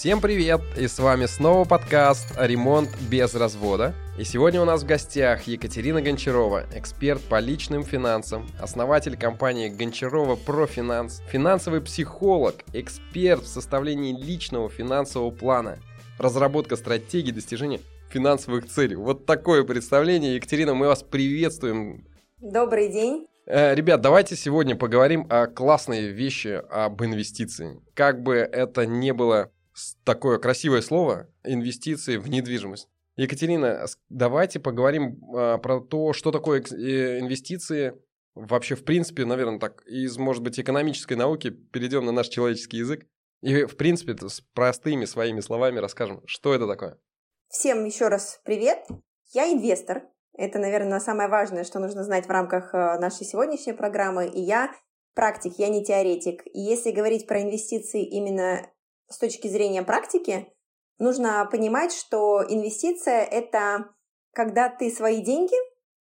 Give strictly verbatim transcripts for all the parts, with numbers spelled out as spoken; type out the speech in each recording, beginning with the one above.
Всем привет! И с вами снова подкаст «Ремонт без развода». И сегодня у нас в гостях Екатерина Гончарова, эксперт по личным финансам, основатель компании Гончарова Профинанс, финансовый психолог, эксперт в составлении личного финансового плана, разработка стратегий достижения финансовых целей. Вот такое представление. Екатерина, мы вас приветствуем. Добрый день. Ребят, давайте сегодня поговорим о классной вещи, об инвестиции. Как бы это ни было такое красивое слово, инвестиции в недвижимость. Екатерина, давайте поговорим а, про то, что такое инвестиции. Вообще, в принципе, наверное, так, из, может быть, экономической науки перейдем на наш человеческий язык. И, в принципе, с простыми своими словами расскажем, что это такое. Всем еще раз привет. Я инвестор. Это, наверное, самое важное, что нужно знать в рамках нашей сегодняшней программы. И я практик, я не теоретик. И если говорить про инвестиции именно с точки зрения практики, нужно понимать, что инвестиция – это когда ты свои деньги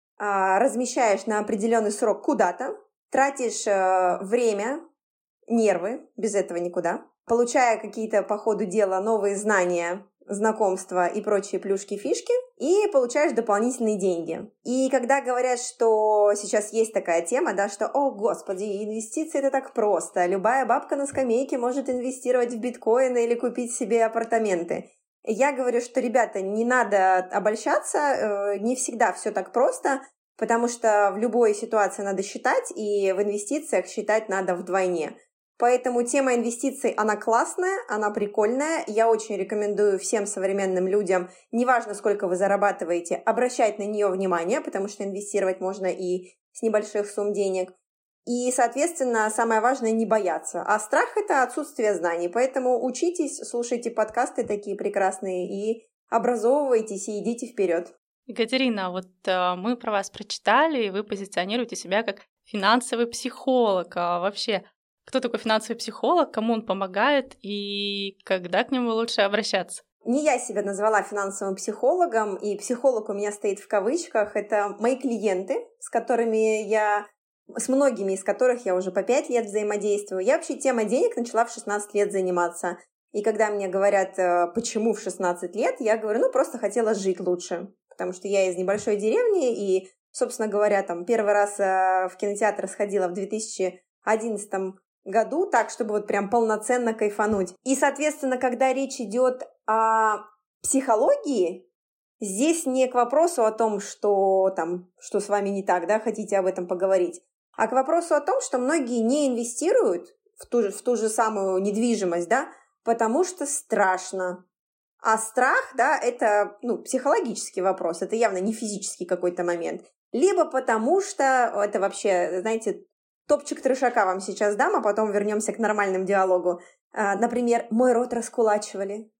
размещаешь на определенный срок куда-то, тратишь время, нервы, без этого никуда, получая какие-то по ходу дела новые знания, знакомства и прочие плюшки-фишки, и получаешь дополнительные деньги. И когда говорят, что сейчас есть такая тема, да, что, о, господи, инвестиции это так просто, любая бабка на скамейке может инвестировать в биткоины или купить себе апартаменты. Я говорю, что, ребята, не надо обольщаться, не всегда все так просто, потому что в любой ситуации надо считать, и в инвестициях считать надо вдвойне. Поэтому тема инвестиций, она классная, она прикольная. Я очень рекомендую всем современным людям, неважно, сколько вы зарабатываете, обращать на нее внимание, потому что инвестировать можно и с небольших сумм денег. И, соответственно, самое важное – не бояться. А страх – это отсутствие знаний. Поэтому учитесь, слушайте подкасты такие прекрасные и образовывайтесь, и идите вперед. Екатерина, вот э, мы про вас прочитали, и вы позиционируете себя как финансовый психолог. А вообще, кто такой финансовый психолог, кому он помогает и когда к нему лучше обращаться? Не я себя назвала финансовым психологом, и психолог у меня стоит в кавычках. Это мои клиенты, с которыми я, с многими из которых я уже по пять лет взаимодействую. Я вообще темой денег начала в шестнадцать лет заниматься. И когда мне говорят, почему в шестнадцать лет, я говорю, ну, просто хотела жить лучше. Потому что я из небольшой деревни, и, собственно говоря, там первый раз в кинотеатр сходила в две тысячи одиннадцатом году, так, чтобы вот прям полноценно кайфануть. И, соответственно, когда речь идет о психологии, здесь не к вопросу о том, что там, что с вами не так, да, хотите об этом поговорить, а к вопросу о том, что многие не инвестируют в ту же, в ту же самую недвижимость, да, потому что страшно. А страх, да, это, ну, психологический вопрос, это явно не физический какой-то момент. Либо потому что это вообще, знаете, топчик трешака вам сейчас дам, а потом вернемся к нормальному диалогу. Например, мой род раскулачивали.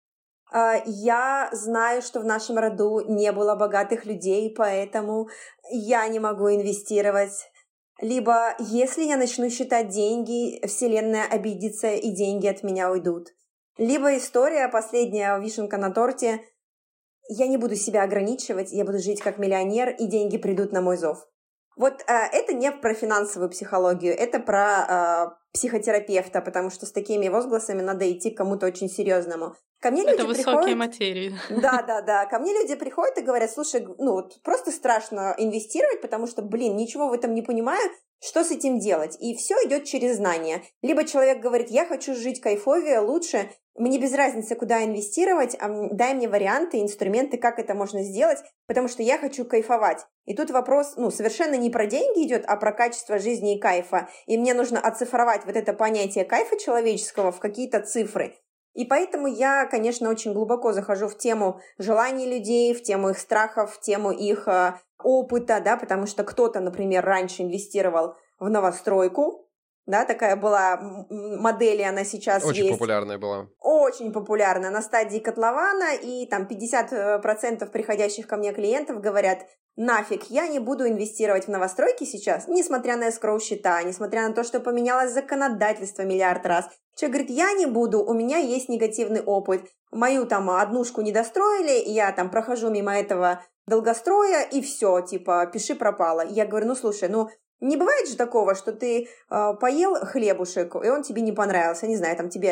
Я знаю, что в нашем роду не было богатых людей, поэтому я не могу инвестировать. Либо, если я начну считать деньги, Вселенная обидится, и деньги от меня уйдут. Либо история, последняя вишенка на торте, я не буду себя ограничивать, я буду жить как миллионер, и деньги придут на мой зов. Вот э, это не про финансовую психологию, это про э, психотерапевта, потому что с такими возгласами надо идти к кому-то очень серьезному. Ко мне это люди высокие приходят... материи. Да, да, да. Ко мне люди приходят и говорят, слушай, ну вот просто страшно инвестировать, потому что, блин, ничего в этом не понимаю, что с этим делать? И все идет через знания. Либо человек говорит, я хочу жить кайфовее, лучше, мне без разницы, куда инвестировать, дай мне варианты, инструменты, как это можно сделать, потому что я хочу кайфовать. И тут вопрос, ну, совершенно не про деньги идет, а про качество жизни и кайфа. И мне нужно оцифровать вот это понятие кайфа человеческого в какие-то цифры. И поэтому я, конечно, очень глубоко захожу в тему желаний людей, в тему их страхов, в тему их э, опыта, да, потому что кто-то, например, раньше инвестировал в новостройку, да, такая была модель, и она сейчас очень есть. Очень популярная была. Очень популярна на стадии котлована, и там пятьдесят процентов приходящих ко мне клиентов говорят, нафиг, я не буду инвестировать в новостройки сейчас, несмотря на эскроу-счета, несмотря на то, что поменялось законодательство миллиард раз. Человек говорит, я не буду, у меня есть негативный опыт, мою там однушку не достроили, я там прохожу мимо этого долгостроя, и все, типа, пиши пропало. Я говорю, ну слушай, ну не бывает же такого, что ты э, поел хлебушек, и он тебе не понравился, не знаю, там тебе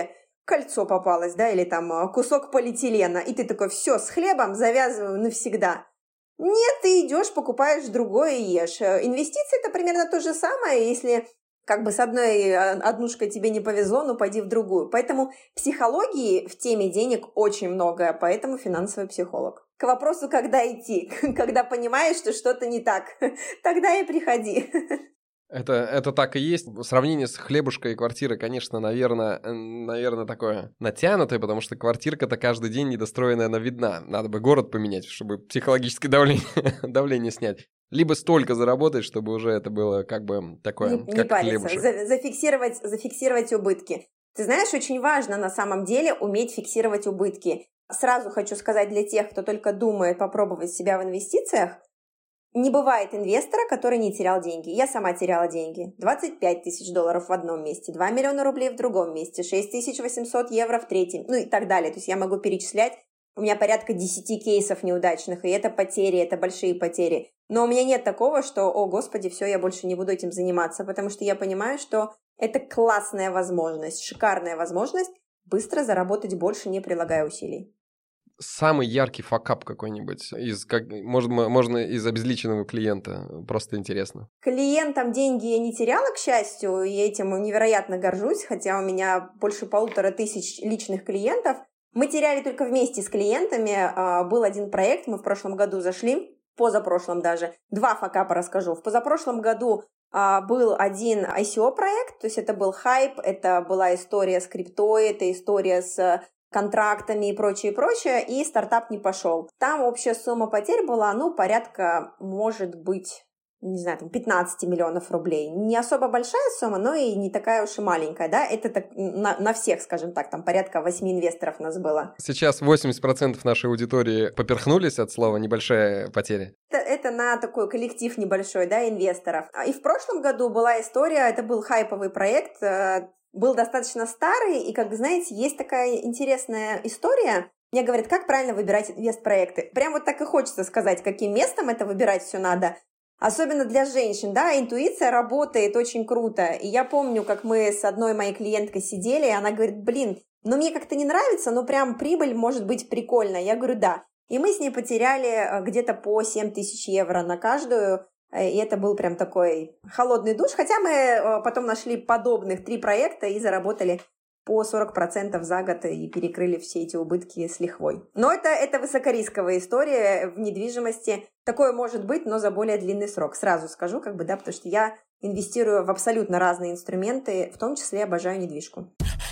кольцо попалось, да, или там кусок полиэтилена, и ты такой, все, с хлебом завязываю навсегда. Нет, ты идешь, покупаешь другое и ешь. Инвестиции – это примерно то же самое, если как бы с одной однушкой тебе не повезло, ну пойди в другую. Поэтому психологии в теме денег очень много, поэтому финансовый психолог. К вопросу, когда идти, когда понимаешь, что что-то не так, тогда и приходи. Это, это так и есть. Сравнение с хлебушкой и квартирой, конечно, наверное, наверное, такое натянутое, потому что квартирка-то каждый день недостроенная, она видна. Надо бы город поменять, чтобы психологическое давление, давление снять. Либо столько заработать, чтобы уже это было как бы такое, не, как не париться, хлебушек. За, зафиксировать, зафиксировать убытки. Ты знаешь, очень важно на самом деле уметь фиксировать убытки. Сразу хочу сказать для тех, кто только думает попробовать себя в инвестициях, не бывает инвестора, который не терял деньги. Я сама теряла деньги. двадцать пять тысяч долларов в одном месте, два миллиона рублей в другом месте, шесть тысяч восемьсот евро в третьем, ну и так далее. То есть я могу перечислять. У меня порядка десять кейсов неудачных, и это потери, это большие потери. Но у меня нет такого, что, о, господи, все, я больше не буду этим заниматься, потому что я понимаю, что это классная возможность, шикарная возможность быстро заработать больше, не прилагая усилий. Самый яркий факап какой-нибудь, из, как, можно, можно из обезличенного клиента, просто интересно. Клиентам деньги я не теряла, к счастью, и этим невероятно горжусь, хотя у меня больше полутора тысяч личных клиентов. Мы теряли только вместе с клиентами. Был один проект, мы в прошлом году зашли, позапрошлом даже. Два факапа расскажу. В позапрошлом году был один ай си о-проект, то есть это был хайп, это была история с криптой, это история с контрактами и прочее, прочее, и стартап не пошел. Там общая сумма потерь была, ну, порядка, может быть, не знаю, там пятнадцать миллионов рублей. Не особо большая сумма, но и не такая уж и маленькая, да, это так на, на всех, скажем так, там порядка восьми инвесторов у нас было. Сейчас восемьдесят процентов нашей аудитории поперхнулись от слова «небольшая потеря». Это, это на такой коллектив небольшой, да, инвесторов. И в прошлом году была история, это был хайповый проект, был достаточно старый, и, как знаете, есть такая интересная история. Мне говорят, как правильно выбирать инвестпроекты. Прям вот так и хочется сказать, каким местом это выбирать все надо. Особенно для женщин, да, интуиция работает очень круто. И я помню, как мы с одной моей клиенткой сидели, и она говорит, блин, ну мне как-то не нравится, но прям прибыль может быть прикольная. Я говорю, да. И мы с ней потеряли где-то по семь тысяч евро на каждую. И это был прям такой холодный душ. Хотя мы потом нашли подобных три проекта и заработали по сорок процентов за год и перекрыли все эти убытки с лихвой. Но это, это высокорисковая история в недвижимости. Такое может быть, но за более длинный срок. Сразу скажу, как бы, да, потому что я инвестирую в абсолютно разные инструменты, в том числе обожаю недвижку.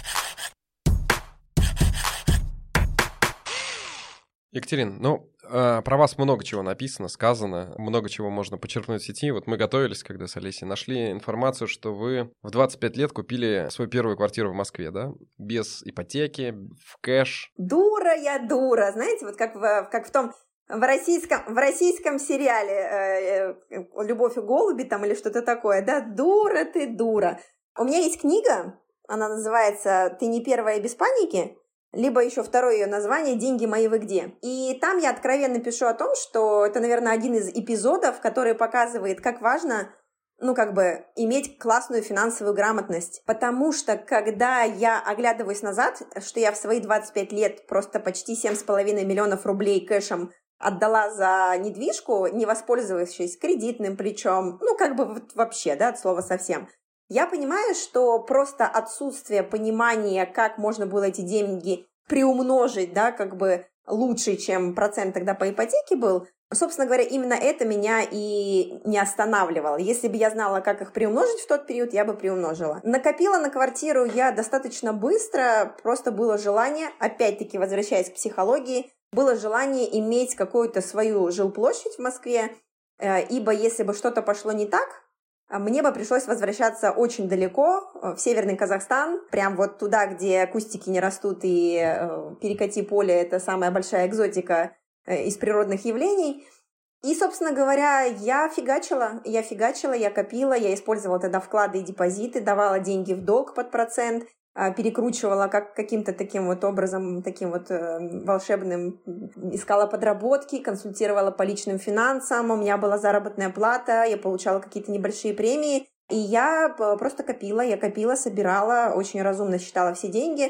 Екатерина, ну, э, про вас много чего написано, сказано, много чего можно почерпнуть в сети. Вот мы готовились, когда с Олесей нашли информацию, что вы в двадцать пять лет купили свою первую квартиру в Москве, да? Без ипотеки, в кэш. Дура я дура, знаете, вот как в, как в том... В российском, в российском сериале э, э, «Любовь и голуби» там или что-то такое, да? Дура ты, дура. У меня есть книга, она называется «Ты не первая без паники», либо еще второе ее название «Деньги мои, вы где?». И там я откровенно пишу о том, что это, наверное, один из эпизодов, который показывает, как важно, ну, как бы, иметь классную финансовую грамотность. Потому что, когда я оглядываюсь назад, что я в свои двадцать пять лет просто почти семь с половиной миллионов рублей кэшем отдала за недвижку, не воспользовавшись кредитным плечом, ну, как бы вот вообще, да, от слова совсем. Я понимаю, что просто отсутствие понимания, как можно было эти деньги приумножить, да, как бы лучше, чем процент тогда по ипотеке был, собственно говоря, именно это меня и не останавливало. Если бы я знала, как их приумножить в тот период, я бы приумножила. Накопила на квартиру я достаточно быстро, просто было желание, опять-таки возвращаясь к психологии, было желание иметь какую-то свою жилплощадь в Москве, ибо если бы что-то пошло не так, мне бы пришлось возвращаться очень далеко, в Северный Казахстан, прям вот туда, где кустики не растут и перекати поле – это самая большая экзотика из природных явлений. И, собственно говоря, я фигачила, я фигачила, я копила, я использовала тогда вклады и депозиты, давала деньги в долг под процент, перекручивала как, каким-то таким вот образом, таким вот э, волшебным, искала подработки, консультировала по личным финансам, у меня была заработная плата, я получала какие-то небольшие премии, и я просто копила, я копила, собирала, очень разумно считала все деньги.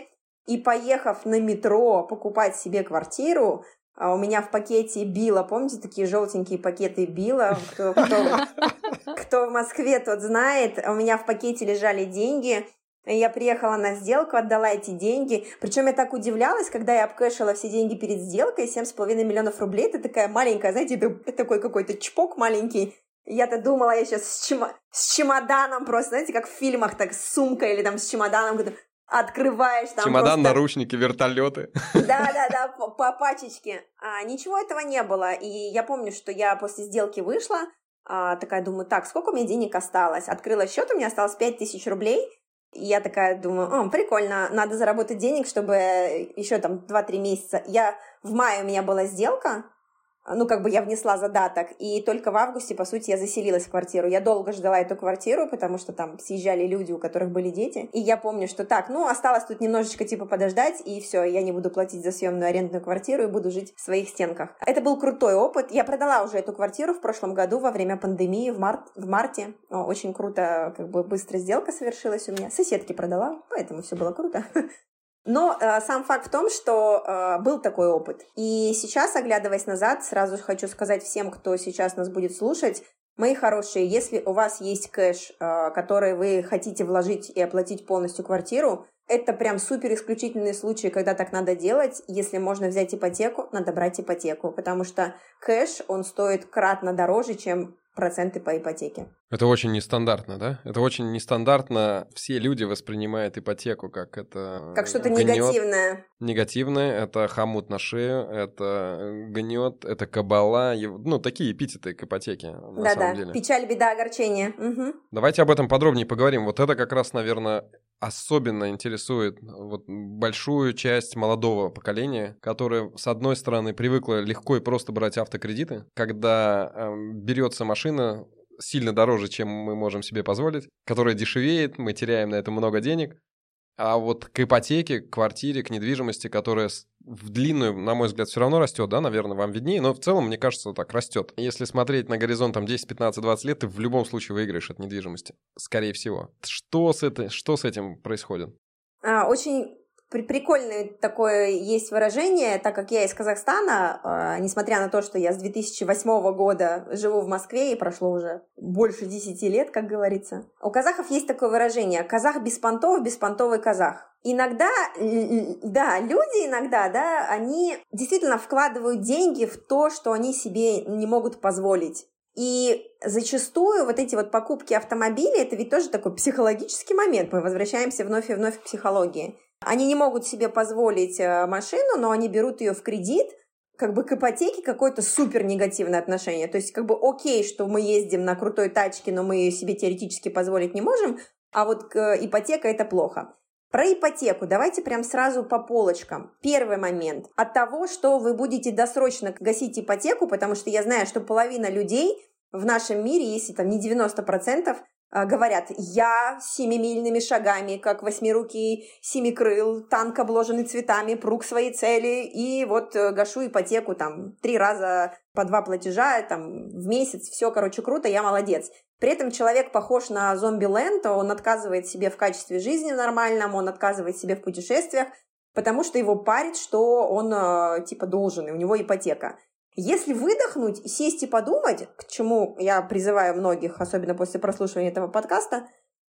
и поехав на метро покупать себе квартиру, у меня в пакете Билла, помните, такие желтенькие пакеты Билла, кто, кто, кто в Москве, тот знает, у меня в пакете лежали деньги, я приехала на сделку, отдала эти деньги, причем я так удивлялась, когда я обкэшила все деньги перед сделкой, семь с половиной миллионов рублей, это такая маленькая, знаете, это такой какой-то чпок маленький, я-то думала, я сейчас с, чема- с чемоданом просто, знаете, как в фильмах, так с сумкой или там с чемоданом, открываешь там чемодан, просто... наручники, вертолеты. Да-да-да, по, по пачечке. А, ничего этого не было. И я помню, что я после сделки вышла, а, такая думаю, так, сколько у меня денег осталось? Открыла счет, у меня осталось пять тысяч рублей. И я такая думаю, о, прикольно, надо заработать денег, чтобы еще там два-три месяца. Я... В мае у меня была сделка, ну, как бы я внесла задаток, и только в августе, по сути, я заселилась в квартиру. Я долго ждала эту квартиру, потому что там съезжали люди, у которых были дети. И я помню, что так, ну, осталось тут немножечко, типа, подождать, и все, я не буду платить за съемную арендную квартиру и буду жить в своих стенках. Это был крутой опыт. Я продала уже эту квартиру в прошлом году во время пандемии, в, март, в марте. О, очень круто, как бы, быстро сделка совершилась у меня. Соседке продала, поэтому все было круто. Но э, сам факт в том, что э, был такой опыт. И сейчас, оглядываясь назад, сразу хочу сказать всем, кто сейчас нас будет слушать, мои хорошие, если у вас есть кэш, э, который вы хотите вложить и оплатить полностью квартиру, это прям супер исключительный случай, когда так надо делать. Если можно взять ипотеку, надо брать ипотеку, потому что кэш, он стоит кратно дороже, чем проценты по ипотеке. Это очень нестандартно, да? Это очень нестандартно. Все люди воспринимают ипотеку как это... Как что-то гнет, негативное. Негативное. Это хомут на шею, это гнет, это кабала. Ну, такие эпитеты к ипотеке, на Да-да. самом деле. Печаль, беда, огорчение. Угу. Давайте об этом подробнее поговорим. Вот это как раз, наверное, особенно интересует вот большую часть молодого поколения, которое, с одной стороны, привыкло легко и просто брать автокредиты, когда э, берется машина сильно дороже, чем мы можем себе позволить, которая дешевеет, мы теряем на это много денег, а вот к ипотеке, к квартире, к недвижимости, которая в длинную, на мой взгляд, все равно растет, да, наверное, вам виднее, но в целом, мне кажется, так растет. Если смотреть на горизонт там десять, пятнадцать, двадцать лет, ты в любом случае выиграешь от недвижимости, скорее всего. Что с, это, что с этим происходит? А, очень при- прикольное такое есть выражение, так как я из Казахстана, а, несмотря на то, что я с две тысячи восьмого года живу в Москве и прошло уже больше десяти лет, как говорится. У казахов есть такое выражение: казах без понтов, беспонтовый казах. Иногда, да, люди иногда, да, они действительно вкладывают деньги в то, что они себе не могут позволить. И зачастую вот эти вот покупки автомобилей, это ведь тоже такой психологический момент. Мы возвращаемся вновь и вновь к психологии. Они не могут себе позволить машину, но они берут ее в кредит, как бы к ипотеке какое-то супер негативное отношение. То есть как бы окей, что мы ездим на крутой тачке, но мы ее себе теоретически позволить не можем, а вот ипотека — это плохо. Про ипотеку давайте прям сразу по полочкам. Первый момент. От того, что вы будете досрочно гасить ипотеку, потому что я знаю, что половина людей в нашем мире, если там не девяносто процентов, говорят: я семимильными шагами, как восьмирукий семикрыл, танк, обложенный цветами, пру к своей цели, и вот гашу ипотеку там три раза по два платежа там, в месяц, все, короче, круто, я молодец. При этом человек похож на зомби-ленд, он отказывает себе в качестве жизни нормальном, он отказывает себе в путешествиях, потому что его парит, что он типа должен, и у него ипотека. Если выдохнуть, сесть и подумать, к чему я призываю многих, особенно после прослушивания этого подкаста,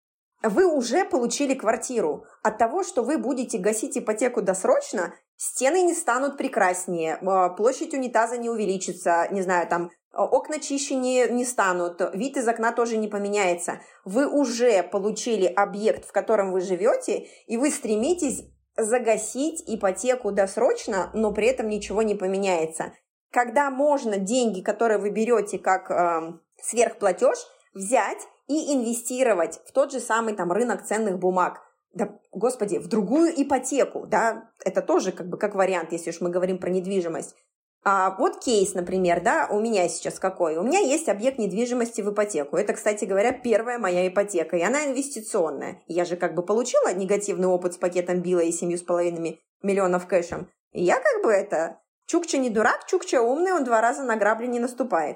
вы уже получили квартиру. От того, что вы будете гасить ипотеку досрочно, стены не станут прекраснее, площадь унитаза не увеличится, не знаю, там окна чище не, не станут, вид из окна тоже не поменяется. Вы уже получили объект, в котором вы живете, и вы стремитесь загасить ипотеку досрочно, но при этом ничего не поменяется. Когда можно деньги, которые вы берете как э, сверхплатеж, взять и инвестировать в тот же самый там рынок ценных бумаг. Да, господи, в другую ипотеку, да, это тоже как бы как вариант, если уж мы говорим про недвижимость. А вот кейс, например, да, у меня сейчас какой? У меня есть объект недвижимости в ипотеку. Это, кстати говоря, первая моя ипотека, и она инвестиционная. Я же как бы получила негативный опыт с пакетом Билла и семью с половиной миллионов кэшем. И я как бы это... Чукча не дурак, Чукча умный, он два раза на грабли не наступает.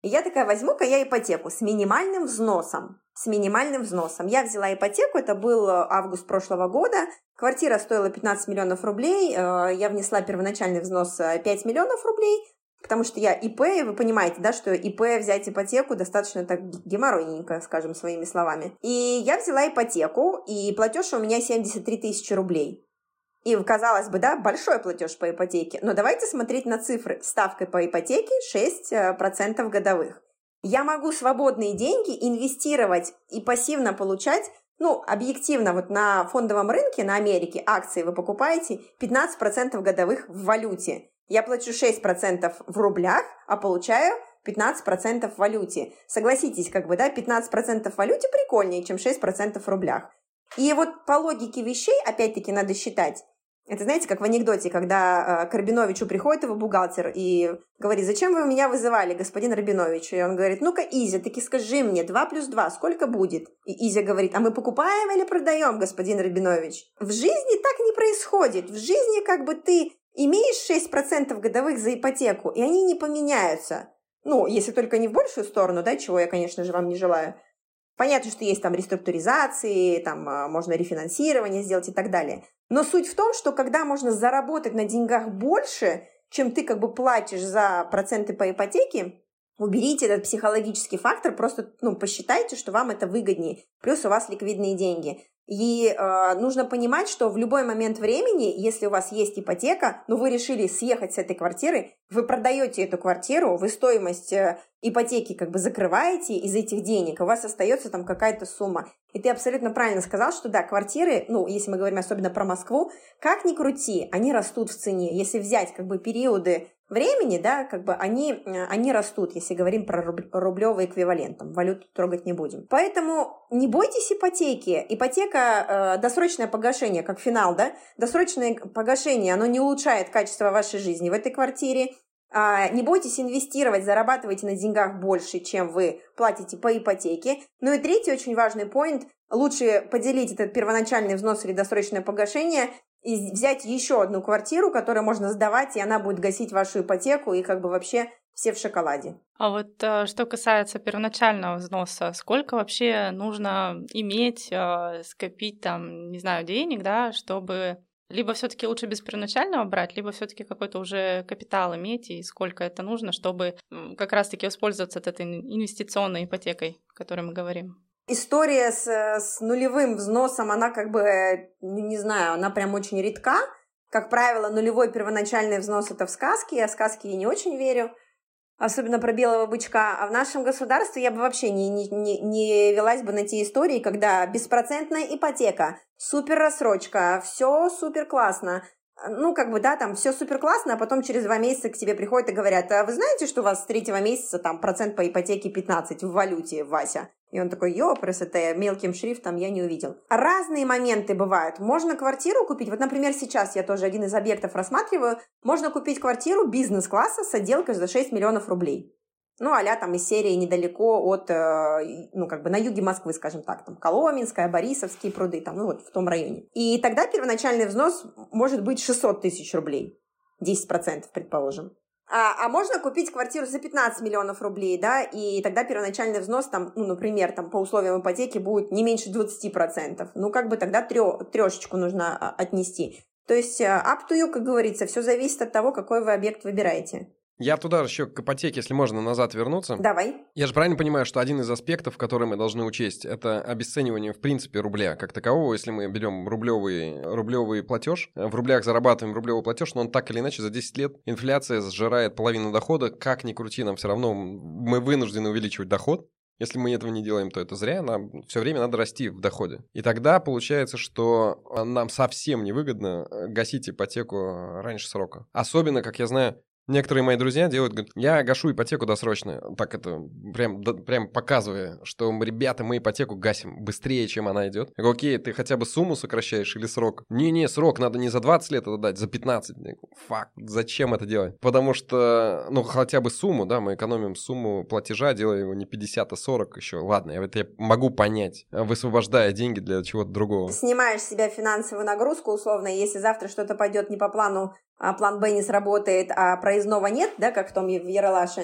И я такая, возьму-ка я ипотеку с минимальным взносом. С минимальным взносом. Я взяла ипотеку, это был август прошлого года. Квартира стоила пятнадцать миллионов рублей. Я внесла первоначальный взнос пять миллионов рублей, потому что я ИП, и вы понимаете, да, что ИП взять ипотеку достаточно так геморройненько, скажем своими словами. И я взяла ипотеку, и платеж у меня семьдесят три тысячи рублей. И, казалось бы, да, большой платеж по ипотеке, но давайте смотреть на цифры. Ставка по ипотеке шесть процентов годовых. Я могу свободные деньги инвестировать и пассивно получать, ну, объективно, вот на фондовом рынке, на Америке, акции вы покупаете пятнадцать процентов годовых в валюте. Я плачу шесть процентов в рублях, а получаю пятнадцать процентов в валюте. Согласитесь, как бы, да, пятнадцать процентов в валюте прикольнее, чем шесть процентов в рублях. И вот по логике вещей, опять-таки, надо считать. Это, знаете, как в анекдоте, когда э, к Рабиновичу приходит его бухгалтер и говорит, зачем вы меня вызывали, господин Рабинович? И он говорит, ну-ка, Изя, таки скажи мне, два плюс два, сколько будет? И Изя говорит, а мы покупаем или продаем, господин Рабинович? В жизни так не происходит. В жизни как бы ты имеешь шесть процентов годовых за ипотеку, и они не поменяются. Ну, если только не в большую сторону, да, чего я, конечно же, вам не желаю. Понятно, что есть там реструктуризации, там можно рефинансирование сделать и так далее. Но суть в том, что когда можно заработать на деньгах больше, чем ты как бы платишь за проценты по ипотеке, уберите этот психологический фактор, просто ну, посчитайте, что вам это выгоднее. Плюс у вас ликвидные деньги. И э, нужно понимать, что в любой момент времени, если у вас есть ипотека, но вы решили съехать с этой квартиры, вы продаете эту квартиру, вы стоимость э, ипотеки как бы закрываете из этих денег, у вас остается там какая-то сумма. И ты абсолютно правильно сказал, что да, квартиры, ну, если мы говорим особенно про Москву, как ни крути, они растут в цене. Если взять как бы периоды времени, да, как бы они, они растут, если говорим про рублевый эквивалент, там, валюту трогать не будем. Поэтому не бойтесь ипотеки. Ипотека, э, досрочное погашение, как финал, да, досрочное погашение, оно не улучшает качество вашей жизни в этой квартире. А, не бойтесь инвестировать, зарабатывайте на деньгах больше, чем вы платите по ипотеке. Ну и третий очень важный поинт, лучше поделить этот первоначальный взнос или досрочное погашение и взять еще одну квартиру, которую можно сдавать, и она будет гасить вашу ипотеку, и как бы вообще все в шоколаде. А вот что касается первоначального взноса, сколько вообще нужно иметь, скопить там, не знаю, денег, да, чтобы либо все-таки лучше без первоначального брать, либо все-таки какой-то уже капитал иметь, и сколько это нужно, чтобы как раз-таки воспользоваться этой инвестиционной ипотекой, о которой мы говорим? История с, с нулевым взносом, она как бы, не знаю, она прям очень редка. Как правило, нулевой первоначальный взнос – это в сказке, я в сказки не очень верю, особенно про белого бычка. А в нашем государстве я бы вообще не, не, не, не велась бы на те истории, когда беспроцентная ипотека, супер рассрочка, все супер классно. Ну, как бы, да, там все супер классно, а потом через два месяца к тебе приходят и говорят, а вы знаете, что у вас с третьего месяца там процент по ипотеке пятнадцать в валюте, Вася? И он такой, ёпрс, это мелким шрифтом я не увидел. Разные моменты бывают. Можно квартиру купить, вот, например, сейчас я тоже один из объектов рассматриваю, можно купить квартиру бизнес-класса с отделкой за шесть миллионов рублей. Ну, а-ля там из серии недалеко от, ну, как бы на юге Москвы, скажем так, там Коломенская, Борисовские пруды, там, ну, вот в том районе. И тогда первоначальный взнос может быть шестьсот тысяч рублей, десять процентов, предположим. А, а можно купить квартиру за пятнадцать миллионов рублей, да, и тогда первоначальный взнос, там, ну, например, там, по условиям ипотеки будет не меньше двадцать процентов. Ну, как бы тогда трё, трешечку нужно отнести. То есть up to you, как говорится, все зависит от того, какой вы объект выбираете. Я туда еще к ипотеке, если можно, назад вернуться. Давай. Я же правильно понимаю, что один из аспектов, который мы должны учесть, это обесценивание, в принципе, рубля как такового. Если мы берем рублевый, рублевый платеж, в рублях зарабатываем рублевый платеж, но он так или иначе за десять лет инфляция сжирает половину дохода. Как ни крути, нам все равно мы вынуждены увеличивать доход. Если мы этого не делаем, то это зря, нам все время надо расти в доходе. И тогда получается, что нам совсем невыгодно гасить ипотеку раньше срока. Особенно, как я знаю, некоторые мои друзья делают, говорят, я гашу ипотеку досрочно, так это прям, да, прям показывая, что, ребята, мы ипотеку гасим быстрее, чем она идет. Я говорю, окей, ты хотя бы сумму сокращаешь или срок? Не-не, срок надо не за двадцать лет это дать, за пятнадцать. Я говорю, фак, зачем это делать? Потому что, ну, хотя бы сумму, да, мы экономим сумму платежа, делая его не пятьдесят, а сорок еще. Ладно, я, это я могу понять, высвобождая деньги для чего-то другого. Снимаешь с себя финансовую нагрузку, условно, если завтра что-то пойдет не по плану, а план Б не сработает, а проездного нет, да, как в том в Ералаше,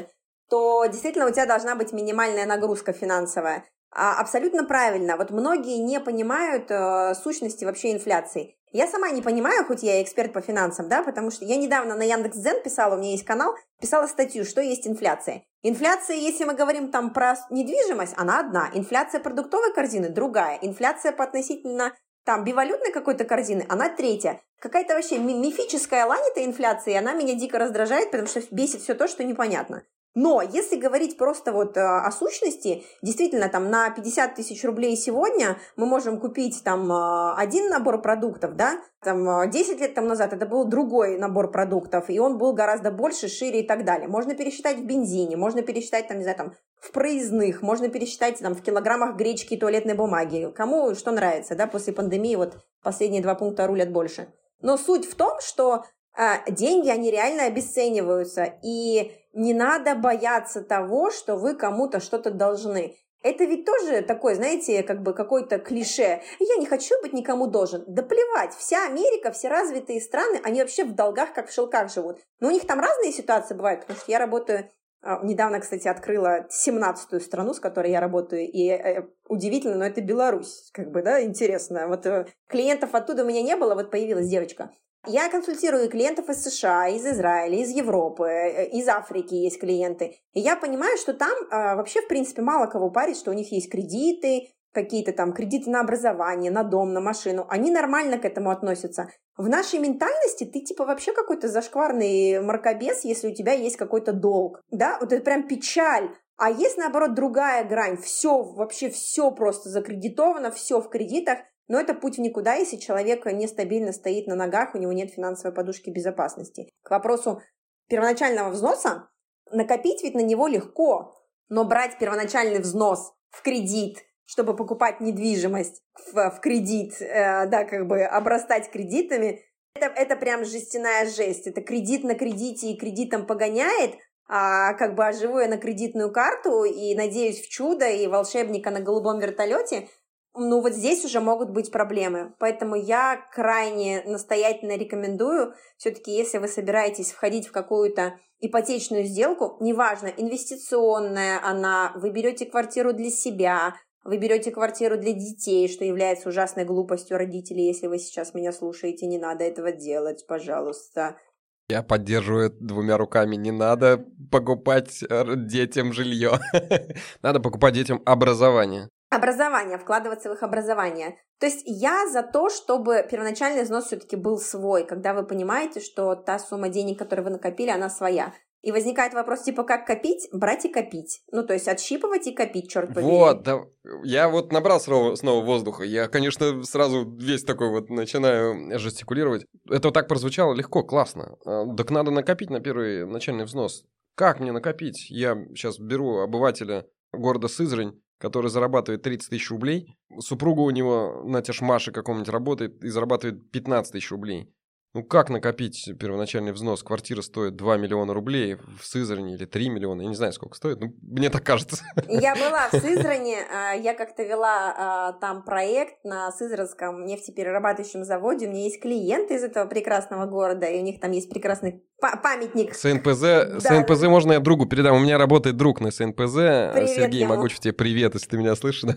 то действительно у тебя должна быть минимальная нагрузка финансовая. А, абсолютно правильно. Вот многие не понимают э, сущности вообще инфляции. Я сама не понимаю, хоть я и эксперт по финансам, да, потому что я недавно на Яндекс.Дзен писала, у меня есть канал, писала статью, что есть инфляция. Инфляция, если мы говорим там про недвижимость, она одна. Инфляция продуктовой корзины другая. Инфляция по относительно там бивалютной какой-то корзины, она третья. Какая-то вообще мифическая лань этой инфляции, она меня дико раздражает, потому что бесит все то, что непонятно. Но если говорить просто вот э, о сущности, действительно, там на пятьдесят тысяч рублей сегодня мы можем купить там э, один набор продуктов, да, там десять лет там назад это был другой набор продуктов, и он был гораздо больше, шире и так далее. Можно пересчитать в бензине, можно пересчитать там, не знаю, там в проездных, можно пересчитать там в килограммах гречки и туалетной бумаги. Кому что нравится, да, после пандемии вот последние два пункта рулят больше. Но суть в том, что э, деньги, они реально обесцениваются, и не надо бояться того, что вы кому-то что-то должны. Это ведь тоже такое, знаете, как бы какое-то клише. Я не хочу быть никому должен. Да плевать, вся Америка, все развитые страны, они вообще в долгах, как в шелках живут. Но у них там разные ситуации бывают, потому что я работаю... Недавно, кстати, открыла семнадцатую страну, с которой я работаю, и э, удивительно, но это Беларусь, как бы, да, интересно. Вот э, клиентов оттуда у меня не было, вот появилась девочка. Я консультирую клиентов из США, из Израиля, из Европы, из Африки есть клиенты. И я понимаю, что там э, вообще, в принципе, мало кого парит, что у них есть кредиты, какие-то там кредиты на образование, на дом, на машину. Они нормально к этому относятся. В нашей ментальности ты типа вообще какой-то зашкварный мракобес, если у тебя есть какой-то долг. Да, вот это прям печаль. А есть, наоборот, другая грань. Все, вообще все просто закредитовано, все в кредитах. Но это путь в никуда, если человек нестабильно стоит на ногах, у него нет финансовой подушки безопасности. К вопросу первоначального взноса, накопить ведь на него легко, но брать первоначальный взнос в кредит, чтобы покупать недвижимость в, в кредит, э, да, как бы обрастать кредитами, это, это прям жестяная жесть. Это кредит на кредите и кредитом погоняет, а как бы а живу я на кредитную карту и надеюсь в чудо и волшебника на голубом вертолете. Ну, вот здесь уже могут быть проблемы. Поэтому я крайне настоятельно рекомендую, все-таки, если вы собираетесь входить в какую-то ипотечную сделку, неважно, инвестиционная она, вы берете квартиру для себя, вы берете квартиру для детей, что является ужасной глупостью родителей. Если вы сейчас меня слушаете, не надо этого делать, пожалуйста. Я поддерживаю двумя руками. Не надо покупать детям жилье. Надо покупать детям образование. Образование, вкладываться в их образование. То есть я за то, чтобы первоначальный взнос все-таки был свой, когда вы понимаете, что та сумма денег, которую вы накопили, она своя. И возникает вопрос, типа, как копить? Брать и копить. Ну, то есть отщипывать и копить, черт побери. Вот, да, я вот набрал снова, снова воздуха. Я, конечно, сразу весь такой вот начинаю жестикулировать. Это вот так прозвучало легко, классно. Так надо накопить на первый начальный взнос. Как мне накопить? Я сейчас беру обывателя города Сызрань, который зарабатывает тридцать тысяч рублей. Супруга у него, на те ж Маши каком-нибудь работает и зарабатывает пятнадцать тысяч рублей. Ну, как накопить первоначальный взнос? Квартира стоит два миллиона рублей в Сызрани или три миллиона. Я не знаю, сколько стоит. Ну, мне так кажется. Я была в Сызрани. Я как-то вела там проект на Сызранском нефтеперерабатывающем заводе. У меня есть клиенты из этого прекрасного города, и у них там есть прекрасный памятник. СНПЗ, да. СНПЗ можно я другу передам? У меня работает друг на СНПЗ. Привет Сергей ему. Могучев, тебе привет, если ты меня слышишь.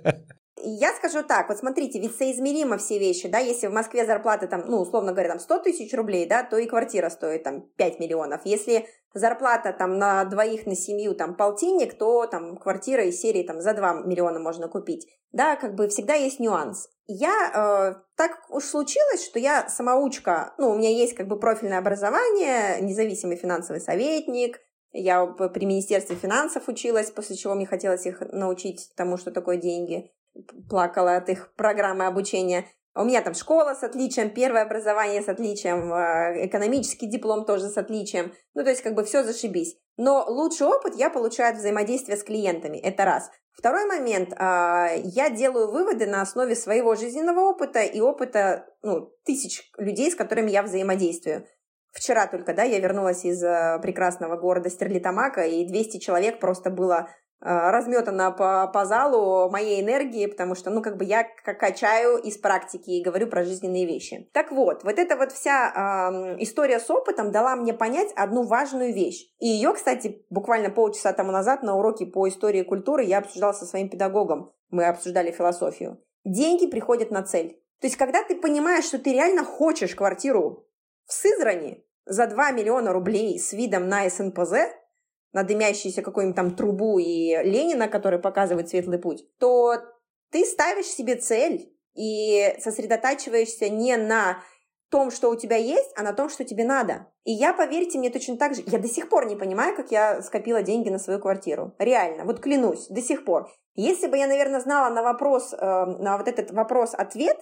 Я скажу так, вот смотрите, ведь соизмеримо все вещи, да, если в Москве зарплата там, ну, условно говоря, там сто тысяч рублей, да, то и квартира стоит там пять миллионов. Если зарплата там на двоих, на семью там полтинник, то там квартира из серии там за два миллиона можно купить. Да, как бы всегда есть нюанс. Я, э, так уж случилось, что я самоучка, ну, у меня есть как бы профильное образование, независимый финансовый советник, я при Министерстве финансов училась, после чего мне хотелось их научить тому, что такое деньги. Плакала от их программы обучения. У меня там школа с отличием, первое образование с отличием, экономический диплом тоже с отличием. Ну, то есть, как бы все зашибись. Но лучший опыт я получаю от взаимодействия с клиентами. Это раз. Второй момент. Я делаю выводы на основе своего жизненного опыта и опыта, ну, тысяч людей, с которыми я взаимодействую. Вчера только, да, я вернулась из прекрасного города Стерлитамака, и двести человек просто было разметана по, по залу моей энергии, потому что, ну, как бы я качаю из практики и говорю про жизненные вещи. Так вот, вот эта вот вся э, история с опытом дала мне понять одну важную вещь. И ее, кстати, буквально полчаса тому назад на уроке по истории культуры я обсуждала со своим педагогом. Мы обсуждали философию. Деньги приходят на цель. То есть, когда ты понимаешь, что ты реально хочешь квартиру в Сызрани за два миллиона рублей с видом на эс эн пэ зэ, на дымящуюся какую-нибудь там трубу и Ленина, который показывает светлый путь, то ты ставишь себе цель и сосредотачиваешься не на том, что у тебя есть, а на том, что тебе надо. И я, поверьте мне, точно так же, я до сих пор не понимаю, как я скопила деньги на свою квартиру. Реально, вот клянусь, до сих пор. Если бы я, наверное, знала на вопрос, на вот этот вопрос-ответ,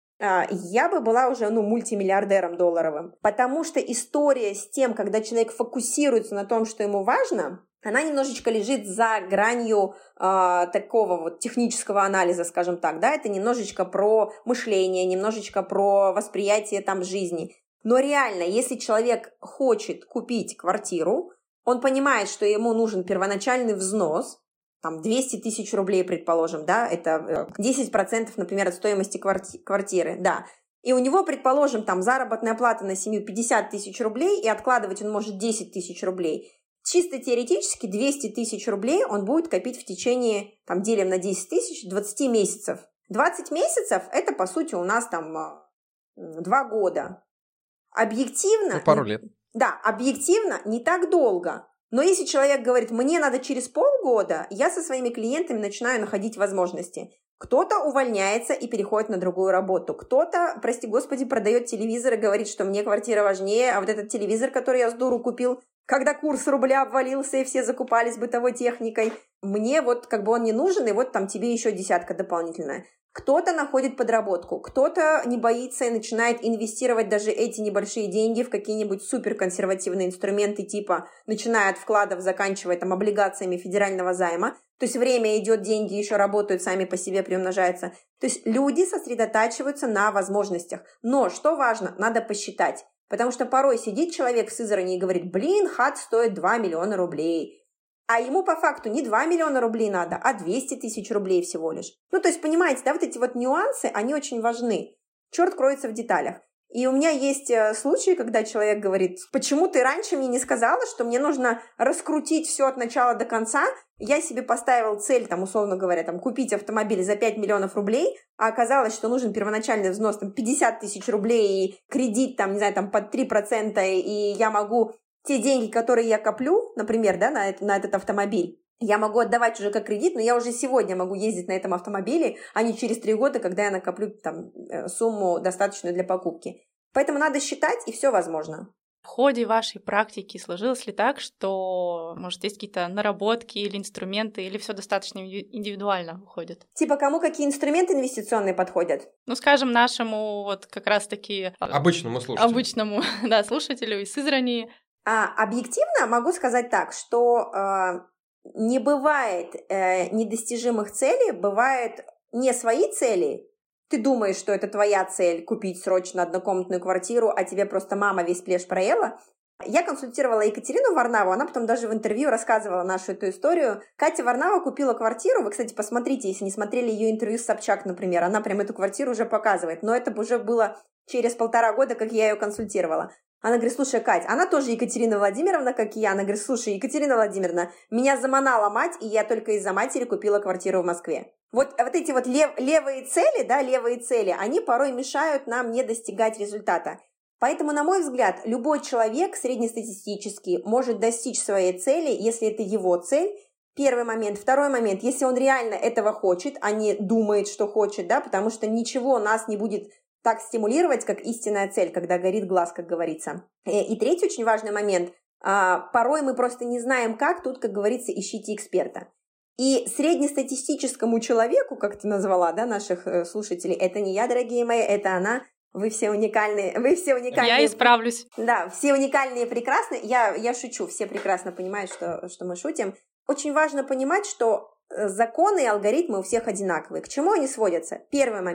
я бы была уже, ну, мультимиллиардером долларовым. Потому что история с тем, когда человек фокусируется на том, что ему важно, она немножечко лежит за гранью э, такого вот технического анализа, скажем так, да, это немножечко про мышление, немножечко про восприятие там жизни. Но реально, если человек хочет купить квартиру, он понимает, что ему нужен первоначальный взнос, там двести тысяч рублей, предположим, да, это десять процентов, например, от стоимости кварти- квартиры, да. И у него, предположим, там заработная плата на семью пятьдесят тысяч рублей, и откладывать он может десять тысяч рублей. Чисто теоретически двести тысяч рублей он будет копить в течение, там, делим на десять тысяч, двадцать месяцев. двадцать месяцев – это, по сути, у нас там два года. Объективно… Ну, пару лет. Да, объективно не так долго. Но если человек говорит, мне надо через полгода, я со своими клиентами начинаю находить возможности. Кто-то увольняется и переходит на другую работу. Кто-то, прости господи, продает телевизор и говорит, что мне квартира важнее, а вот этот телевизор, который я с дуру купил, когда курс рубля обвалился и все закупались бытовой техникой, мне вот как бы он не нужен, и вот там тебе еще десятка дополнительная. Кто-то находит подработку, кто-то не боится и начинает инвестировать даже эти небольшие деньги в какие-нибудь суперконсервативные инструменты, типа начиная от вкладов, заканчивая там облигациями федерального займа. То есть время идет, деньги еще работают, сами по себе приумножаются. То есть люди сосредотачиваются на возможностях. Но, что важно, надо посчитать. Потому что порой сидит человек в Сызрани и говорит, блин, хат стоит два миллиона рублей. А ему по факту не два миллиона рублей надо, а двести тысяч рублей всего лишь. Ну, то есть, понимаете, да, вот эти вот нюансы, они очень важны. Черт кроется в деталях. И у меня есть случаи, когда человек говорит, почему ты раньше мне не сказала, что мне нужно раскрутить все от начала до конца. Я себе поставил цель, там, условно говоря, там, купить автомобиль за пять миллионов рублей, а оказалось, что нужен первоначальный взнос там, пятьдесят тысяч рублей и кредит, там, не знаю, там, под три процента, и я могу те деньги, которые я коплю, например, да, на, это, на этот автомобиль, я могу отдавать уже как кредит, но я уже сегодня могу ездить на этом автомобиле, а не через три года, когда я накоплю там сумму достаточную для покупки. Поэтому надо считать, и все возможно. В ходе вашей практики сложилось ли так, что, может, есть какие-то наработки или инструменты, или все достаточно индивидуально уходит? Типа кому какие инструменты инвестиционные подходят? Ну, скажем, нашему вот как раз-таки... Обычному слушателю. Обычному, да, слушателю из Сызрани. А, объективно могу сказать так, что э, не бывает э, недостижимых целей, бывают не свои цели. Ты думаешь, что это твоя цель купить срочно однокомнатную квартиру, а тебе просто мама весь плешь проела. Я консультировала Екатерину Варнаву, она потом даже в интервью рассказывала нашу эту историю. Катя Варнава купила квартиру, вы, кстати, посмотрите, если не смотрели ее интервью с Собчак, например, она прям эту квартиру уже показывает, но это уже было через полтора года, как я ее консультировала. Она говорит, слушай, Кать, она тоже Екатерина Владимировна, как и я. Она говорит, слушай, Екатерина Владимировна, меня заманала мать, и я только из-за матери купила квартиру в Москве. Вот, вот эти вот лев, левые цели, да, левые цели, они порой мешают нам не достигать результата. Поэтому, на мой взгляд, любой человек среднестатистический может достичь своей цели, если это его цель. Первый момент. Второй момент, если он реально этого хочет, а не думает, что хочет, да, потому что ничего нас не будет так стимулировать, как истинная цель, когда горит глаз, как говорится. И третий очень важный момент. Порой мы просто не знаем, как. Тут, как говорится, ищите эксперта. И среднестатистическому человеку, как ты назвала, да, наших слушателей, это не я, дорогие мои, это она. Вы все уникальные. Вы все уникальные. Я исправлюсь. Да, все уникальные и прекрасные. Я, я шучу, все прекрасно понимают, что, что мы шутим. Очень важно понимать, что законы и алгоритмы у всех одинаковые. К чему они сводятся? Первый момент.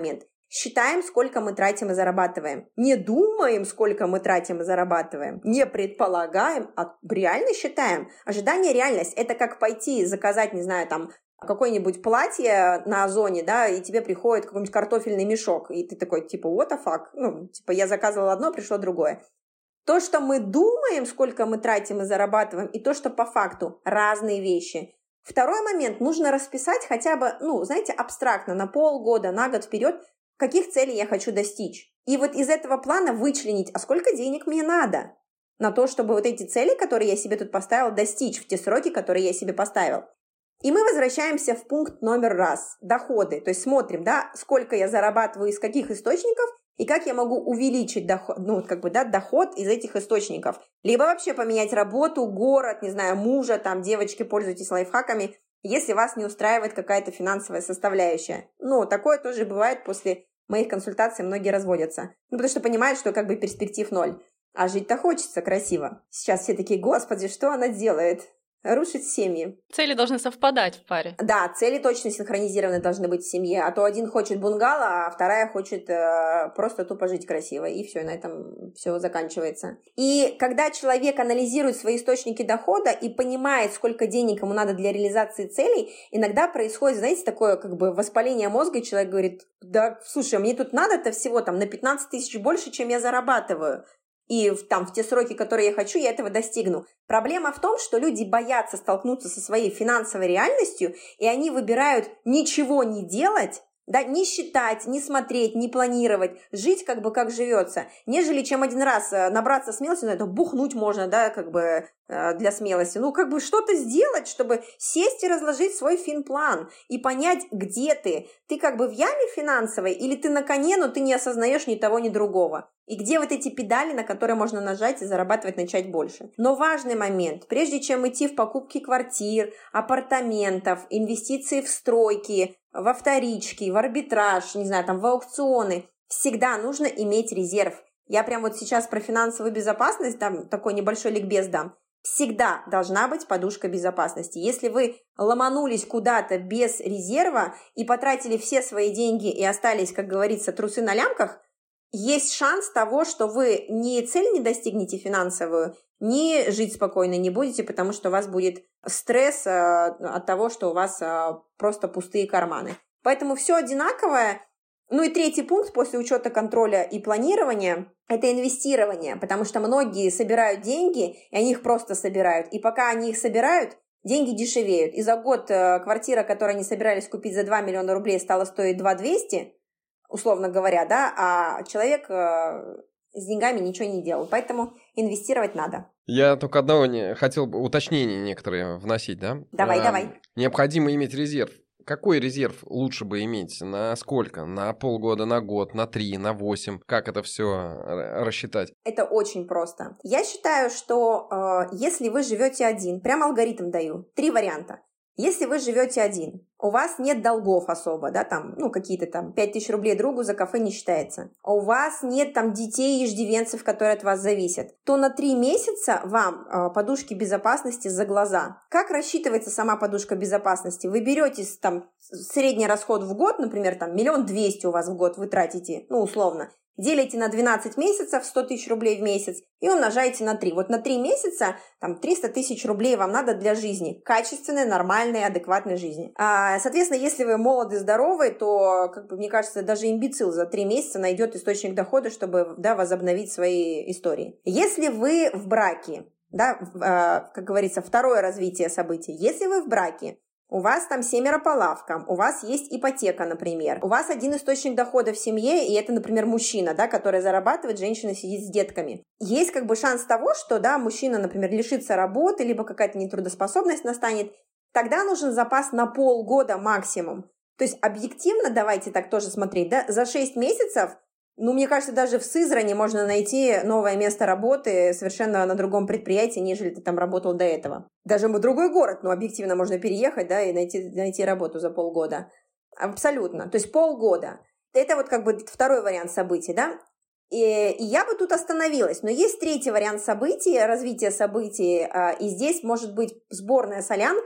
считаем, сколько мы тратим и зарабатываем. Не думаем, сколько мы тратим и зарабатываем. Не предполагаем, а реально считаем. Ожидание, реальность. Это как пойти заказать, не знаю, там, какое-нибудь платье на Озоне, да, и тебе приходит какой-нибудь картофельный мешок, и ты такой, типа, what the fuck? Ну, типа, я заказывала одно, пришло другое. То, что мы думаем, сколько мы тратим и зарабатываем, и то, что по факту разные вещи. Второй момент, нужно расписать хотя бы, ну, знаете, абстрактно, на полгода, на год вперед, каких целей я хочу достичь. И вот из этого плана вычленить, а сколько денег мне надо на то, чтобы вот эти цели, которые я себе тут поставила, достичь в те сроки, которые я себе поставил. И мы возвращаемся в пункт номер раз. Доходы. То есть смотрим, да, сколько я зарабатываю из каких источников и как я могу увеличить доход, ну, как бы, да, доход из этих источников. Либо вообще поменять работу, город, не знаю, мужа, там, девочки, пользуйтесь лайфхаками, если вас не устраивает какая-то финансовая составляющая. Ну, такое тоже бывает после моих консультаций, многие разводятся. Ну, потому что понимают, что как бы перспектив ноль. А жить-то хочется красиво. Сейчас все такие, господи, что она делает? Рушить семьи. Цели должны совпадать в паре. Да, цели точно синхронизированы должны быть в семье. А то один хочет бунгало, а вторая хочет э, просто тупо жить красиво. И все, на этом все заканчивается. И когда человек анализирует свои источники дохода и понимает, сколько денег ему надо для реализации целей, иногда происходит, знаете, такое как бы воспаление мозга, и человек говорит, да, слушай, мне тут надо-то всего там на пятнадцать тысяч больше, чем я зарабатываю. И в, там, в те сроки, которые я хочу, я этого достигну. Проблема в том, что люди боятся столкнуться со своей финансовой реальностью, и они выбирают ничего не делать, да, не считать, не смотреть, не планировать, жить как бы как живется, нежели чем один раз набраться смелости, ну, это бухнуть можно, да, как бы для смелости, ну, как бы что-то сделать, чтобы сесть и разложить свой финплан и понять, где ты. Ты как бы в яме финансовой или ты на коне, но ты не осознаешь ни того, ни другого. И где вот эти педали, на которые можно нажать и зарабатывать, начать больше. Но важный момент, прежде чем идти в покупки квартир, апартаментов, инвестиции в стройки, во вторички, в арбитраж, не знаю, там, в аукционы, всегда нужно иметь резерв. Я прям вот сейчас про финансовую безопасность, там, такой небольшой ликбез дам. Всегда должна быть подушка безопасности. Если вы ломанулись куда-то без резерва и потратили все свои деньги и остались, как говорится, трусы на лямках, есть шанс того, что вы ни цель не достигнете финансовую, ни жить спокойно не будете, потому что у вас будет стресс э, от того, что у вас э, просто пустые карманы. Поэтому все одинаковое. Ну и третий пункт после учета контроля и планирования – это инвестирование, потому что многие собирают деньги, и они их просто собирают. И пока они их собирают, деньги дешевеют. И за год э, квартира, которую они собирались купить за два миллиона рублей, стала стоить два двести, условно говоря, да, а человек э, с деньгами ничего не делал. Поэтому инвестировать надо. Я только одного не хотел бы уточнения некоторые вносить, да? Давай, а, давай. Необходимо иметь резерв. Какой резерв лучше бы иметь? На сколько? На полгода, на год, на три, на восемь? Как это все рассчитать? Это очень просто. Я считаю, что э, если вы живете один, прям алгоритм даю, три варианта. Если вы живете один, у вас нет долгов особо, да, там, ну, какие-то там пять тысяч рублей другу за кафе не считается, а у вас нет там детей и иждивенцев, которые от вас зависят, то на три месяца вам э, подушки безопасности за глаза. Как рассчитывается сама подушка безопасности? Вы берете там средний расход в год, например, там миллион двести у вас в год вы тратите, ну, условно, делите на двенадцать месяцев, сто тысяч рублей в месяц и умножаете на три. Вот на три месяца там триста тысяч рублей вам надо для жизни. Качественной, нормальной, адекватной жизни. А, соответственно, если вы молоды, здоровы, то, как бы, мне кажется, даже имбецил за три месяца найдет источник дохода, чтобы, да, возобновить свои истории. Если вы в браке, да, э, как говорится, второе развитие событий. Если вы в браке, у вас там семеро по лавкам, у вас есть ипотека, например. У вас один источник дохода в семье, и это, например, мужчина, да, который зарабатывает, женщина сидит с детками. Есть как бы шанс того, что, да, мужчина, например, лишится работы, либо какая-то нетрудоспособность настанет. Тогда нужен запас на полгода максимум. То есть объективно, давайте так тоже смотреть, да, за шесть месяцев, ну, мне кажется, даже в Сызрани можно найти новое место работы совершенно на другом предприятии, нежели ты там работал до этого. Даже в другой город, но объективно можно переехать, да, и найти, найти работу за полгода. Абсолютно. То есть полгода. Это вот как бы второй вариант событий, да. И, и я бы тут остановилась. Но есть третий вариант событий, развития событий, и здесь может быть сборная солянка.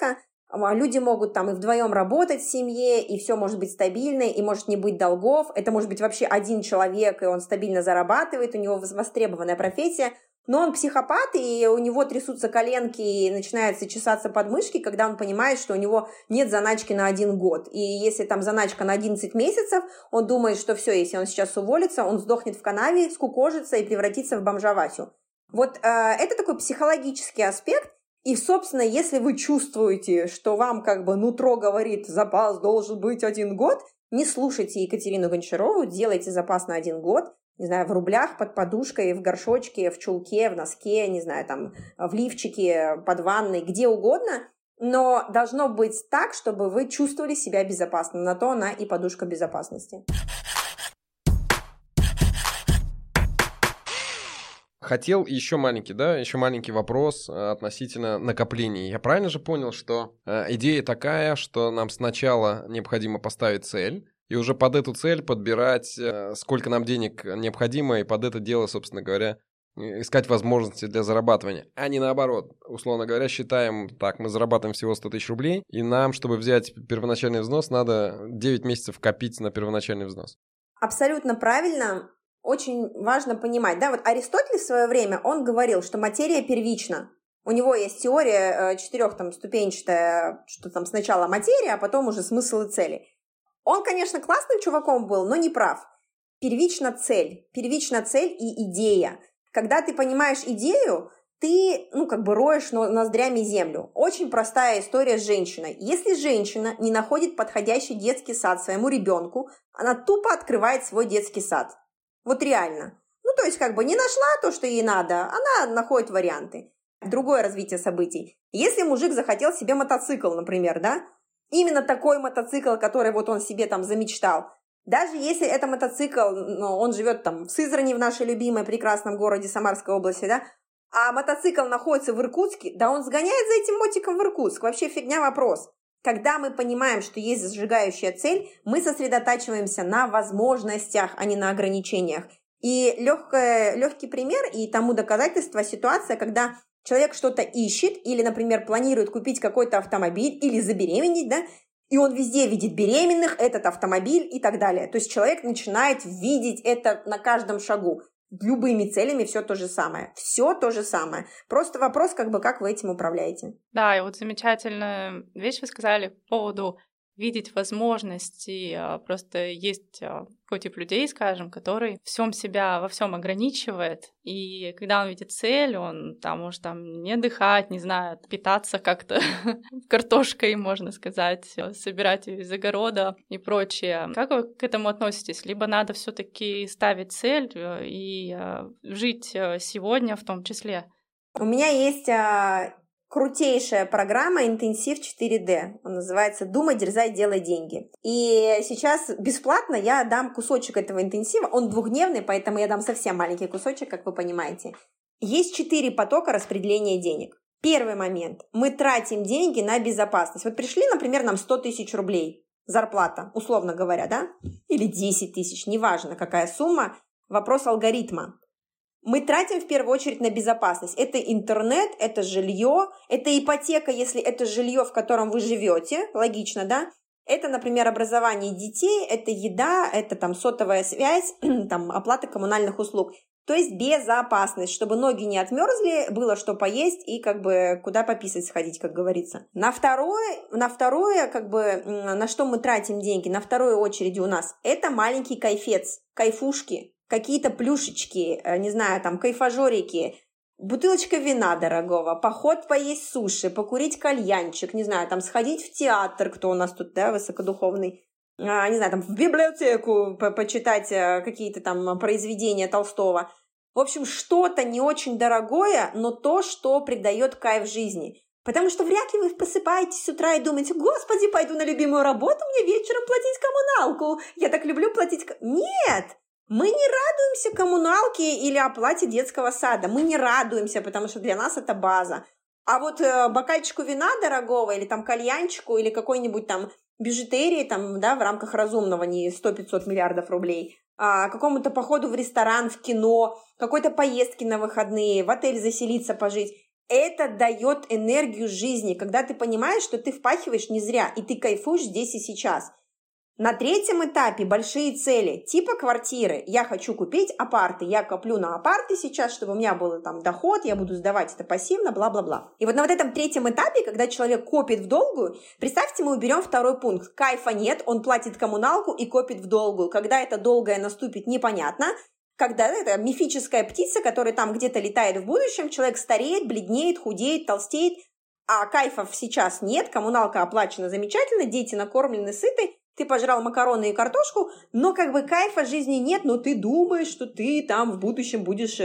Люди могут там и вдвоем работать в семье, и все может быть стабильно, и может не быть долгов. Это может быть вообще один человек, и он стабильно зарабатывает, у него востребованная профессия. Но он психопат, и у него трясутся коленки, и начинается чесаться подмышки, когда он понимает, что у него нет заначки на один год. И если там заначка на одиннадцать месяцев, он думает, что все, если он сейчас уволится, он сдохнет в канаве, скукожится и превратится в бомжа Васю. Вот э, это такой психологический аспект. И, собственно, если вы чувствуете, что вам как бы нутро говорит, запас должен быть один год, не слушайте Екатерину Гончарову, делайте запас на один год, не знаю, в рублях, под подушкой, в горшочке, в чулке, в носке, не знаю, там, в лифчике, под ванной, где угодно, но должно быть так, чтобы вы чувствовали себя безопасно. На то она и подушка безопасности. Хотел еще маленький, да, еще маленький вопрос относительно накоплений. Я правильно же понял, что э, идея такая, что нам сначала необходимо поставить цель, и уже под эту цель подбирать, э, сколько нам денег необходимо, и под это дело, собственно говоря, искать возможности для зарабатывания, а не наоборот. Условно говоря, считаем, так, мы зарабатываем всего сто тысяч рублей, и нам, чтобы взять первоначальный взнос, надо девять месяцев копить на первоначальный взнос. Абсолютно правильно. Очень важно понимать, да, вот Аристотель в свое время, он говорил, что материя первична. У него есть теория четырех там ступенчатая, что там сначала материя, а потом уже смысл и цели. Он, конечно, классным чуваком был, но не прав. Первична цель, первична цель и идея. Когда ты понимаешь идею, ты, ну, как бы роешь ноздрями землю. Очень простая история с женщиной. Если женщина не находит подходящий детский сад своему ребенку, она тупо открывает свой детский сад. Вот реально. Ну, то есть, как бы не нашла то, что ей надо, она находит варианты. Другое развитие событий. Если мужик захотел себе мотоцикл, например, да, именно такой мотоцикл, который вот он себе там замечтал, даже если это мотоцикл, ну, он живет там в Сызрани, в нашей любимой прекрасном городе Самарской области, да, а мотоцикл находится в Иркутске, да он сгоняет за этим мотиком в Иркутск. Вообще фигня вопрос. Когда мы понимаем, что есть зажигающая цель, мы сосредотачиваемся на возможностях, а не на ограничениях. И легкое, легкий пример и тому доказательство ситуация, когда человек что-то ищет или, например, планирует купить какой-то автомобиль или забеременеть, да, и он везде видит беременных, этот автомобиль и так далее. То есть человек начинает видеть это на каждом шагу. Любыми целями все то же самое. Все то же самое. Просто вопрос, как бы, как вы этим управляете. Да, и вот замечательная вещь вы сказали по поводу видеть возможности. Просто есть такой тип людей, скажем, который всем себя во всем ограничивает, и когда он видит цель, он там может там не дыхать, не знаю, питаться как-то картошкой, можно сказать, собирать ее из огорода и прочее. Как вы к этому относитесь? Либо надо все-таки ставить цель и жить сегодня в том числе? У меня есть крутейшая программа «Интенсив четыре дэ». Он называется «Думай, дерзай, делай деньги». И сейчас бесплатно я дам кусочек этого интенсива. Он двухдневный, поэтому я дам совсем маленький кусочек, как вы понимаете. Есть четыре потока распределения денег. Первый момент. Мы тратим деньги на безопасность. Вот пришли, например, нам сто тысяч рублей зарплата, условно говоря, да? Или десять тысяч, неважно какая сумма. Вопрос алгоритма. Мы тратим в первую очередь на безопасность. Это интернет, это жилье, это ипотека, если это жилье, в котором вы живете, логично, да? Это, например, образование детей, это еда, это там сотовая связь, там оплата коммунальных услуг. То есть безопасность, чтобы ноги не отмерзли, было что поесть и как бы куда пописать сходить, как говорится. На второе, на второе, как бы, на что мы тратим деньги, на второй очереди у нас, это маленький кайфец, кайфушки. Какие-то плюшечки, не знаю, там, кайфажорики, бутылочка вина дорогого, поход поесть суши, покурить кальянчик, не знаю, там, сходить в театр, кто у нас тут, да, высокодуховный, а, не знаю, там, в библиотеку по почитать какие-то там произведения Толстого. В общем, что-то не очень дорогое, но то, что придает кайф жизни. Потому что вряд ли вы просыпаетесь с утра и думаете: «Господи, пойду на любимую работу, мне вечером платить коммуналку, я так люблю платить...» Нет! Мы не радуемся коммуналке или оплате детского сада. Мы не радуемся, потому что для нас это база. А вот э, бокальчику вина дорогого или там кальянчику или какой-нибудь там бижутерии там, да, в рамках разумного, не сто-пятьсот миллиардов рублей, а какому-то походу в ресторан, в кино, какой-то поездки на выходные, в отель заселиться, пожить. Это дает энергию жизни, когда ты понимаешь, что ты впахиваешь не зря, и ты кайфуешь здесь и сейчас. На третьем этапе большие цели, типа квартиры. Я хочу купить апарты, я коплю на апарты сейчас, чтобы у меня был там доход, я буду сдавать это пассивно, бла-бла-бла. И вот на вот этом третьем этапе, когда человек копит в долгую, представьте, мы уберем второй пункт. Кайфа нет, он платит коммуналку и копит в долгую. Когда это долгое наступит, непонятно. Когда это мифическая птица, которая там где-то летает в будущем, человек стареет, бледнеет, худеет, толстеет, а кайфов сейчас нет, коммуналка оплачена замечательно, дети накормлены, сыты, ты пожрал макароны и картошку, но как бы кайфа жизни нет, но ты думаешь, что ты там в будущем будешь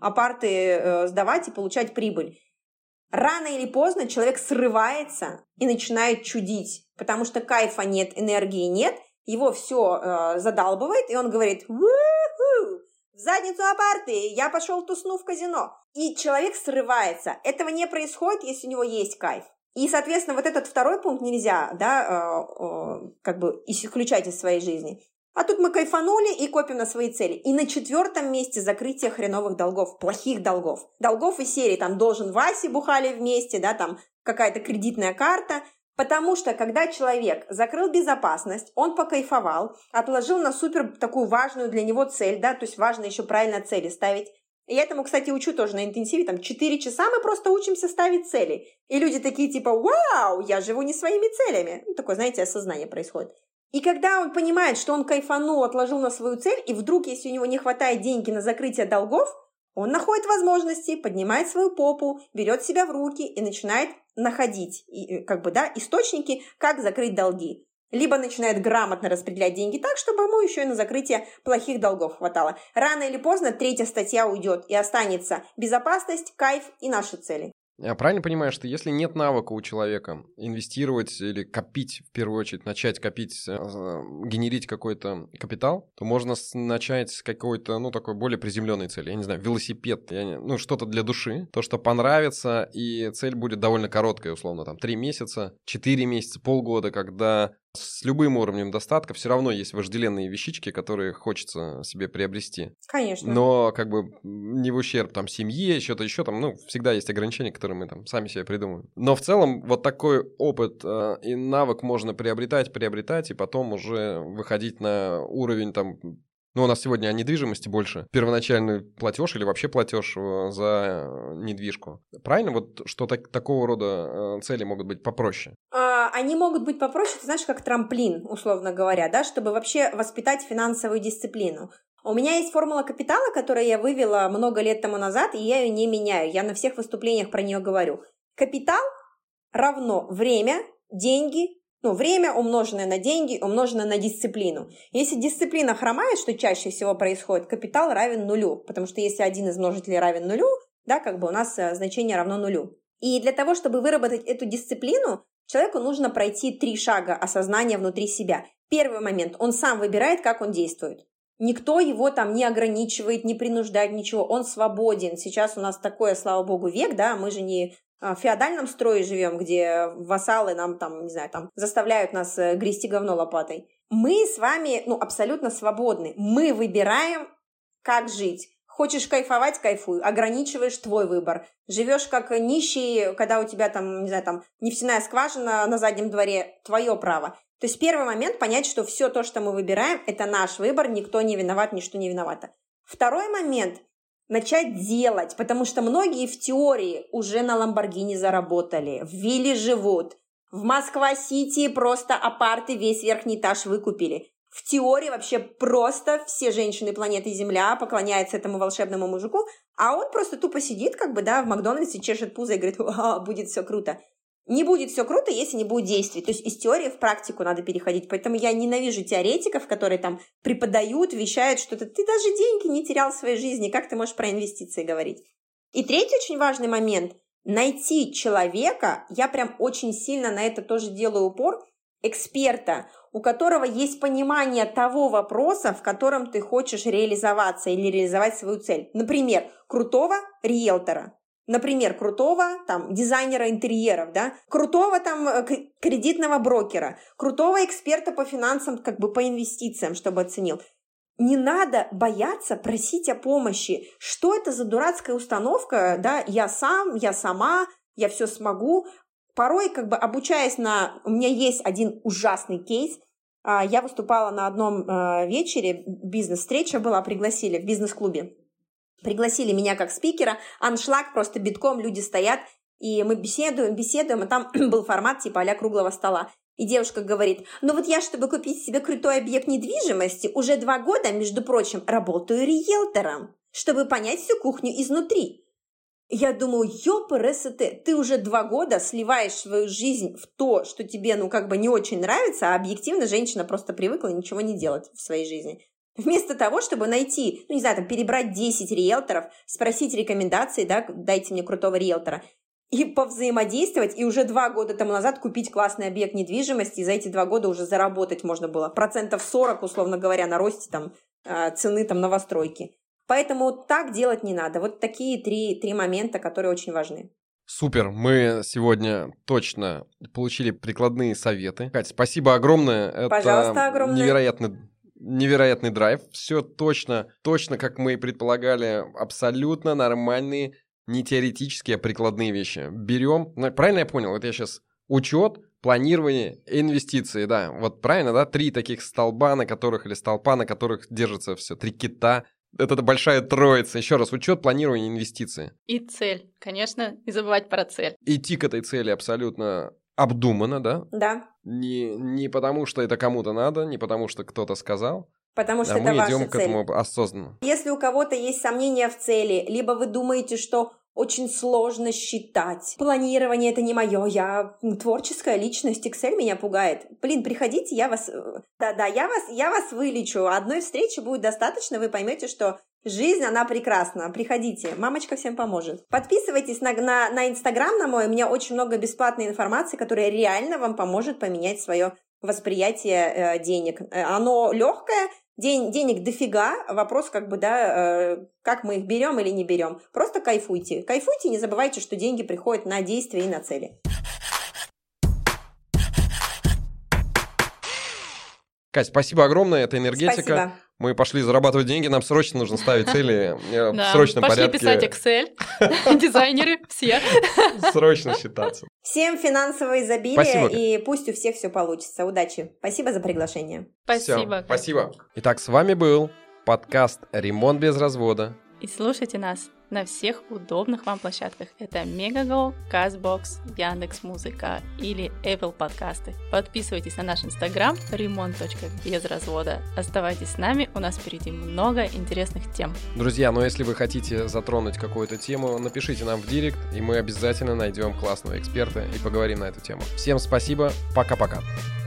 апарты сдавать и получать прибыль. Рано или поздно человек срывается и начинает чудить, потому что кайфа нет, энергии нет, его все задалбывает, и он говорит: «У-ху! В задницу апарты, я пошел тусну в казино». И человек срывается. Этого не происходит, если у него есть кайф. И, соответственно, вот этот второй пункт нельзя, да, э, э, как бы исключать из своей жизни. А тут мы кайфанули и копим на свои цели. И на четвертом месте закрытие хреновых долгов, плохих долгов. Долгов из серии, там, должен Васе, бухали вместе, да, там, какая-то кредитная карта. Потому что, когда человек закрыл безопасность, он покайфовал, отложил на супер такую важную для него цель, да, то есть важно еще правильно цели ставить. И я этому, кстати, учу тоже на интенсиве, там, четыре часа мы просто учимся ставить цели. И люди такие, типа, вау, я живу не своими целями. Ну, такое, знаете, осознание происходит. И когда он понимает, что он кайфанул, отложил на свою цель, и вдруг, если у него не хватает денег на закрытие долгов, он находит возможности, поднимает свою попу, берет себя в руки и начинает находить, как бы, да, источники, как закрыть долги. Либо начинает грамотно распределять деньги так, чтобы ему еще и на закрытие плохих долгов хватало. Рано или поздно третья статья уйдет, и останется безопасность, кайф и наши цели. Я правильно понимаю, что если нет навыка у человека инвестировать или копить, в первую очередь, начать копить, генерить какой-то капитал, то можно начать с какой-то, ну, такой более приземленной цели. Я не знаю, велосипед, я не, ну, что-то для души, то, что понравится, и цель будет довольно короткая, условно, там, три месяца, четыре месяца, полгода, когда с любым уровнем достатка все равно есть вожделенные вещички, которые хочется себе приобрести. Конечно. Но как бы не в ущерб там семье, что-то еще там, ну, всегда есть ограничения, которые мы там сами себе придумываем. Но в целом вот такой опыт э, и навык можно приобретать, приобретать, и потом уже выходить на уровень там. Ну, у нас сегодня о недвижимости больше. Первоначальный платеж или вообще платеж за недвижку. Правильно? Вот что так, такого рода цели могут быть попроще? А, они могут быть попроще, ты знаешь, как трамплин, условно говоря, да, чтобы вообще воспитать финансовую дисциплину. У меня есть формула капитала, которую я вывела много лет тому назад, и я ее не меняю. Я на всех выступлениях про нее говорю. Капитал равно время, деньги, ну, время, умноженное на деньги, умноженное на дисциплину. Если дисциплина хромает, что чаще всего происходит, капитал равен нулю. Потому что если один из множителей равен нулю, да, как бы у нас значение равно нулю. И для того, чтобы выработать эту дисциплину, человеку нужно пройти три шага осознания внутри себя. Первый момент. Он сам выбирает, как он действует. Никто его там не ограничивает, не принуждает, ничего. Он свободен. Сейчас у нас такое, слава богу, век, да, мы же не в феодальном строе живем, где вассалы нам там, не знаю, там заставляют нас грести говно лопатой. Мы с вами, ну, абсолютно свободны. Мы выбираем, как жить. Хочешь кайфовать — кайфуй. Ограничиваешь — твой выбор. Живешь как нищий, когда у тебя там, не знаю, там нефтяная скважина на заднем дворе — твое право. То есть первый момент — понять, что все то, что мы выбираем, это наш выбор, никто не виноват, ничто не виновато. Второй момент — начать делать, потому что многие в теории уже на Ламборгини заработали, в вилле живут, в Москва-Сити просто апарты весь верхний этаж выкупили. В теории вообще просто все женщины планеты Земля поклоняются этому волшебному мужику, а он просто тупо сидит, как бы, да, в Макдональдсе, чешет пузо и говорит: «А, будет все круто». Не будет все круто, если не будет действий. То есть из теории в практику надо переходить. Поэтому я ненавижу теоретиков, которые там преподают, вещают что-то. Ты даже деньги не терял в своей жизни. Как ты можешь про инвестиции говорить? И третий очень важный момент. Найти человека, я прям очень сильно на это тоже делаю упор, эксперта, у которого есть понимание того вопроса, в котором ты хочешь реализоваться или реализовать свою цель. Например, крутого риэлтора. Например, крутого там дизайнера интерьеров, да, крутого там кредитного брокера, крутого эксперта по финансам, как бы по инвестициям, чтобы оценил. не надо бояться просить о помощи. Что это за дурацкая установка, да, я сам, я сама, я все смогу. Порой, как бы обучаясь на... У меня есть один ужасный кейс. Я выступала на одном вечере, бизнес-встреча была, пригласили в бизнес-клубе. Пригласили меня как спикера, аншлаг просто битком, люди стоят, и мы беседуем, беседуем, а там был формат типа а-ля круглого стола. И девушка говорит, ну вот я, чтобы купить себе крутой объект недвижимости, уже два года, между прочим, работаю риэлтором, чтобы понять всю кухню изнутри. Я думаю, ёпрст, ты уже два года сливаешь свою жизнь в то, что тебе, ну, как бы не очень нравится, а объективно женщина просто привыкла ничего не делать в своей жизни. Вместо того, чтобы найти, ну, не знаю, там, перебрать десять риэлторов, спросить рекомендации, да, дайте мне крутого риэлтора, и повзаимодействовать, и уже два года тому назад купить классный объект недвижимости, и за эти два года уже заработать можно было процентов сорок, условно говоря, на росте там, цены там, новостройки. Поэтому так делать не надо. Вот такие три, три момента, которые очень важны. Супер, мы сегодня точно получили прикладные советы. Кать, спасибо огромное. Пожалуйста, это огромное. Невероятный, невероятный драйв. Все точно, точно, как мы и предполагали, абсолютно нормальные, не теоретические, а прикладные вещи. Берем, ну, правильно я понял? Вот я сейчас учет, планирование, инвестиции, да. Вот правильно, да? Три таких столба, на которых, или столпа, на которых держится все, три кита. Это большая троица. Еще раз, учет, планирование, инвестиции. И цель, конечно, не забывать про цель. Идти к этой цели абсолютно обдуманно, да? Да. Не, не потому, что это кому-то надо, не потому, что кто-то сказал. Потому что а это мы ваша идем к цель. этому осознанно. Если у кого-то есть сомнения в цели, либо вы думаете, что очень сложно считать. Планирование — это не мое, я творческая личность, Excel меня пугает. Блин, приходите, я вас... Да-да, я вас, я вас вылечу. Одной встречи будет достаточно, вы поймете, что жизнь, она прекрасна. Приходите, мамочка всем поможет. Подписывайтесь на, на, на Инстаграм на мой, у меня очень много бесплатной информации, которая реально вам поможет поменять свое восприятие э, денег. Оно легкое, День, денег дофига, вопрос как бы, да, э, как мы их берем или не берем. Просто кайфуйте. Кайфуйте, не забывайте, что деньги приходят на действия и на цели. Кать, спасибо огромное, это энергетика. Спасибо. Мы пошли зарабатывать деньги, нам срочно нужно ставить цели в Да, срочном пошли порядке. писать Excel, дизайнеры все. Срочно считаться. Всем финансового изобилия, Спасибо. И пусть у всех все получится. Удачи. Спасибо за приглашение. Спасибо. Всё, спасибо. Итак, с вами был подкаст «Ремонт без развода». И слушайте нас на всех удобных вам площадках. Это Megago, Castbox, Яндекс.Музыка или Apple подкасты. Подписывайтесь на наш инстаграм ремонт точка без развода. Оставайтесь с нами, у нас впереди много интересных тем. Друзья, но если вы хотите затронуть какую-то тему, напишите нам в директ, и мы обязательно найдем классного эксперта и поговорим на эту тему. Всем спасибо, пока-пока.